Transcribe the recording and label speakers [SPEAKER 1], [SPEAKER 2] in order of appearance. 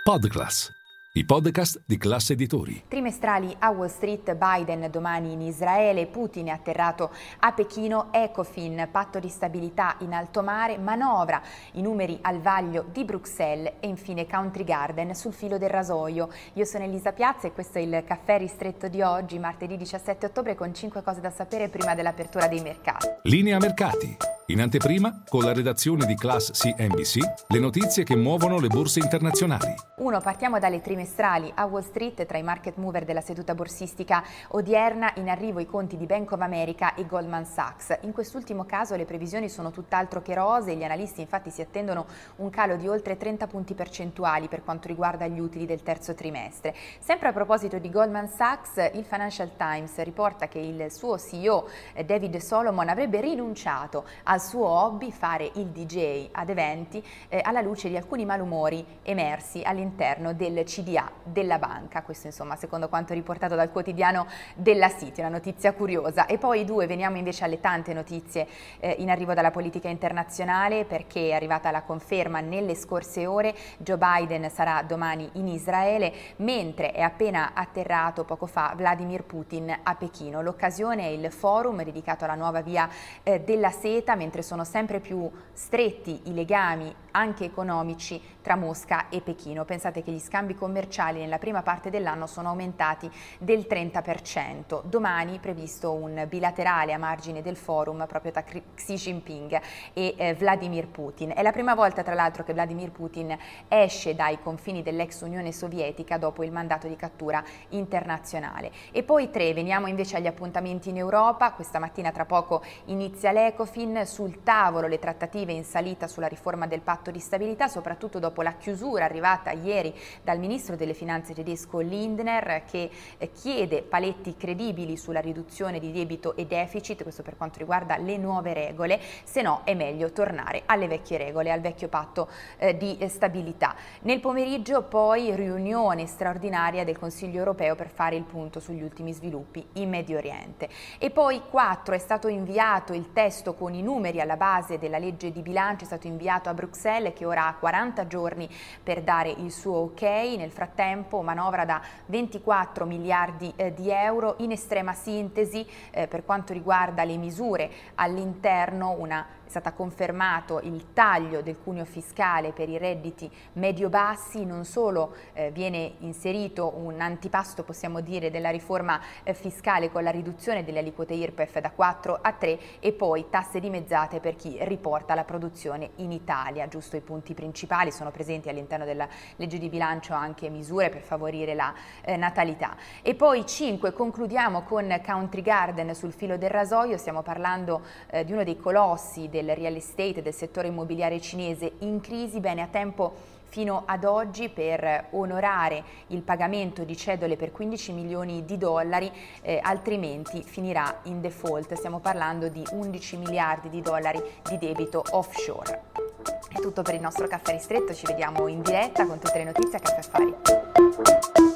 [SPEAKER 1] Podclass, i podcast di Class Editori.
[SPEAKER 2] Trimestrali a Wall Street, Biden domani in Israele, Putin è atterrato a Pechino, Ecofin, patto di stabilità in alto mare, manovra, i numeri al vaglio di Bruxelles e infine Country Garden sul filo del rasoio. Io sono Elisa Piazza e questo è il caffè ristretto di oggi, martedì 17 ottobre, con 5 cose da sapere prima dell'apertura dei mercati.
[SPEAKER 1] Linea mercati. In anteprima, con la redazione di Class CNBC, le notizie che muovono le borse internazionali.
[SPEAKER 2] Partiamo dalle trimestrali a Wall Street. Tra i market mover della seduta borsistica odierna, in arrivo i conti di Bank of America e Goldman Sachs. In quest'ultimo caso le previsioni sono tutt'altro che rose, gli analisti infatti si attendono un calo di oltre 30 punti percentuali per quanto riguarda gli utili del terzo trimestre. Sempre a proposito di Goldman Sachs, il Financial Times riporta che il suo CEO David Solomon avrebbe rinunciato al suo hobby, fare il DJ ad eventi, alla luce di alcuni malumori emersi all'interno del CDA della banca. Questo insomma secondo quanto riportato dal quotidiano della City, una notizia curiosa. E poi veniamo invece alle tante notizie in arrivo dalla politica internazionale, perché è arrivata la conferma nelle scorse ore: Joe Biden sarà domani in Israele, mentre è appena atterrato poco fa Vladimir Putin a Pechino. L'occasione è il forum dedicato alla nuova via della seta, mentre sono sempre più stretti i legami anche economici tra Mosca e Pechino. Pensate che gli scambi commerciali nella prima parte dell'anno sono aumentati del 30%. Domani previsto un bilaterale a margine del forum proprio tra Xi Jinping e Vladimir Putin. È la prima volta tra l'altro che Vladimir Putin esce dai confini dell'ex Unione Sovietica dopo il mandato di cattura internazionale. E poi veniamo invece agli appuntamenti in Europa. Questa mattina tra poco inizia l'Ecofin, sul tavolo le trattative in salita sulla riforma del patto di stabilità, soprattutto dopo la chiusura arrivata ieri dal ministro delle finanze tedesco Lindner, che chiede paletti credibili sulla riduzione di debito e deficit, questo per quanto riguarda le nuove regole, se no è meglio tornare alle vecchie regole, al vecchio patto di stabilità. Nel pomeriggio poi riunione straordinaria del Consiglio europeo per fare il punto sugli ultimi sviluppi in Medio Oriente. E poi 4 è stato inviato il testo con i numeri alla base della legge di bilancio, è stato inviato a Bruxelles, che ora ha 40 giorni per dare il suo ok. Nel frattempo manovra da 24 miliardi di euro. In estrema sintesi, per quanto riguarda le misure all'interno, è stato confermato il taglio del cuneo fiscale per i redditi medio-bassi. Non solo viene inserito un antipasto, possiamo dire, della riforma fiscale con la riduzione delle aliquote IRPEF da 4 a 3 e poi tasse dimezzate per chi riporta la produzione in Italia. Giusto i punti principali, sono presenti all'interno della legge di bilancio anche misure per favorire la natalità. E poi 5 concludiamo con Country Garden sul filo del rasoio. Stiamo parlando di uno dei colossi del real estate, del settore immobiliare cinese in crisi. Bene, a tempo fino ad oggi per onorare il pagamento di cedole per 15 milioni di dollari, altrimenti finirà in default. Stiamo parlando di 11 miliardi di dollari di debito offshore. È tutto per il nostro caffè ristretto, ci vediamo in diretta con tutte le notizie a Caffè Affari.